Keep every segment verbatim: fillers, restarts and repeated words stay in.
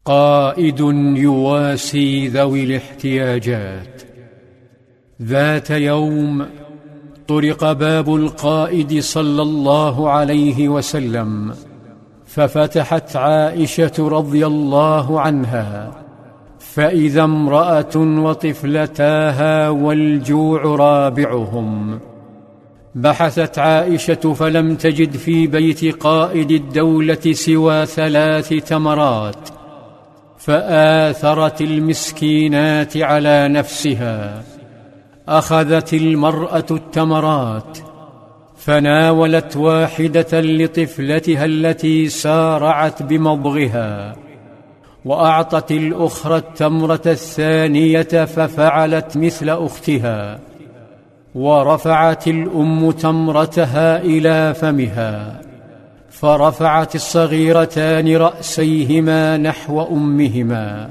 قائد يواسي ذوي الاحتياجات. ذات يوم طرق باب القائد صلى الله عليه وسلم، ففتحت عائشة رضي الله عنها، فإذا امرأة وطفلتاها والجوع رابعهم. بحثت عائشة فلم تجد في بيت قائد الدولة سوى ثلاث تمرات، فآثرت المسكينات على نفسها. أخذت المرأة التمرات فناولت واحدة لطفلتها التي سارعت بمضغها، وأعطت الأخرى التمرة الثانية ففعلت مثل أختها، ورفعت الأم تمرتها إلى فمها، فرفعت الصغيرتان رأسيهما نحو أمهما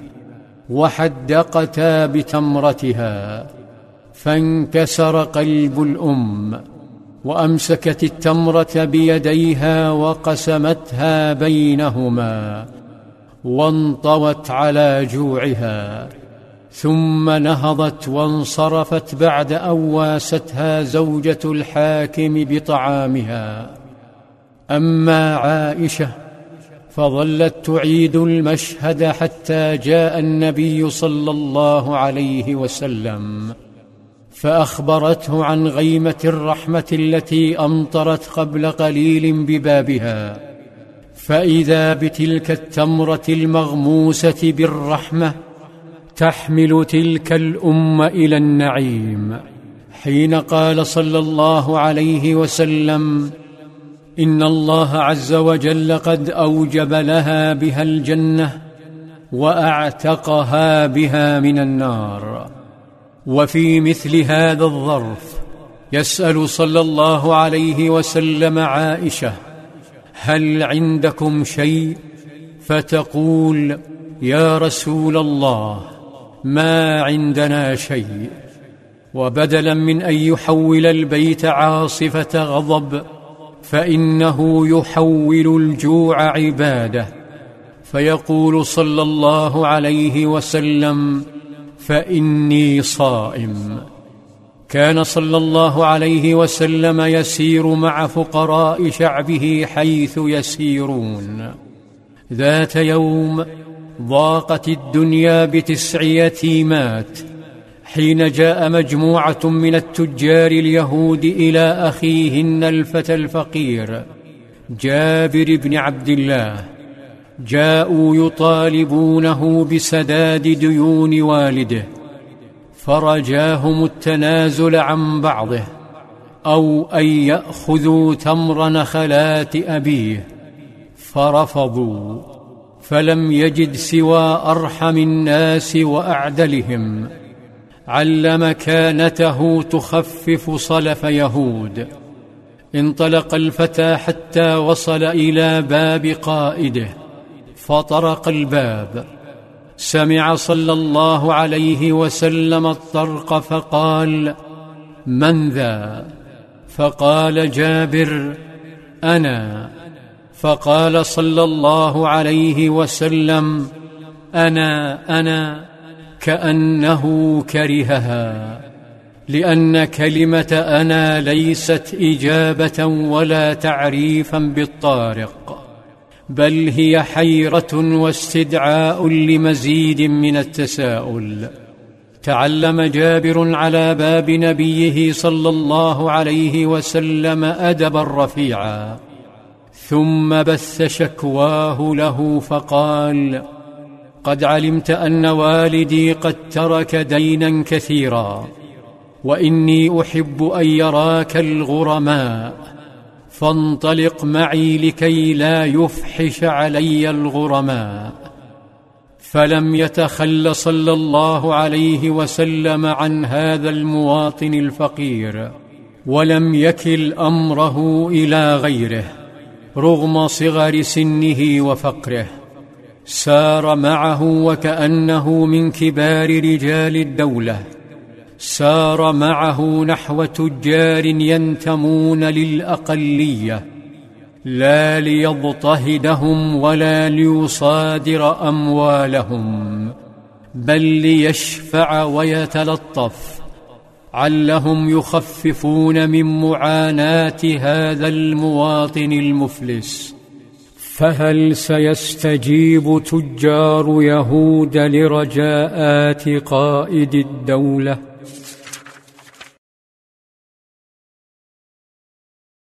وحدقتا بتمرتها، فانكسر قلب الأم، وأمسكت التمرة بيديها وقسمتها بينهما، وانطوت على جوعها، ثم نهضت وانصرفت بعد أن واستها زوجة الحاكم بطعامها. أما عائشة فظلت تعيد المشهد حتى جاء النبي صلى الله عليه وسلم، فأخبرته عن غيمة الرحمة التي أمطرت قبل قليل ببابها، فإذا بتلك التمرة المغموسة بالرحمة تحمل تلك الأم إلى النعيم، حين قال صلى الله عليه وسلم: إن الله عز وجل قد أوجب لها بها الجنة وأعتقها بها من النار. وفي مثل هذا الظرف يسأل صلى الله عليه وسلم عائشة: هل عندكم شيء؟ فتقول: يا رسول الله، ما عندنا شيء. وبدلا من أن يحول البيت عاصفة غضب، فإنه يحول الجوع عبادة، فيقول صلى الله عليه وسلم: فإني صائم. كان صلى الله عليه وسلم يسير مع فقراء شعبه حيث يسيرون. ذات يوم ضاقت الدنيا بتسع يتيمات، حين جاء مجموعة من التجار اليهود إلى أخيهن الفتى الفقير جابر بن عبد الله. جاءوا يطالبونه بسداد ديون والده، فرجاهم التنازل عن بعضه، أو أن يأخذوا تمر نخلات أبيه، فرفضوا، فلم يجد سوى أرحم الناس وأعدلهم، على مكانته تخفف صلف يهود. انطلق الفتى حتى وصل إلى باب قائده، فطرق الباب، سمع صلى الله عليه وسلم الطرق، فقال: من ذا؟ فقال جابر: أنا. فقال صلى الله عليه وسلم: أنا أنا، كأنه كرهها، لأن كلمة أنا ليست إجابة ولا تعريفا بالطارق، بل هي حيرة واستدعاء لمزيد من التساؤل. تعلم جابر على باب نبيه صلى الله عليه وسلم أدبا رفيعا، ثم بث شكواه له فقال: قد علمت أن والدي قد ترك دينا كثيرا، وإني أحب أن يراك الغرماء، فانطلق معي لكي لا يفحش علي الغرماء. فلم يتخل صلى الله عليه وسلم عن هذا المواطن الفقير، ولم يكل أمره إلى غيره رغم صغر سنه وفقره. سار معه وكأنه من كبار رجال الدولة، سار معه نحو تجار ينتمون للأقلية، لا ليضطهدهم ولا ليصادر أموالهم، بل ليشفع ويتلطف علهم يخففون من معاناة هذا المواطن المفلس. فهل سيستجيب تجار يهود لرجاءات قائد الدولة؟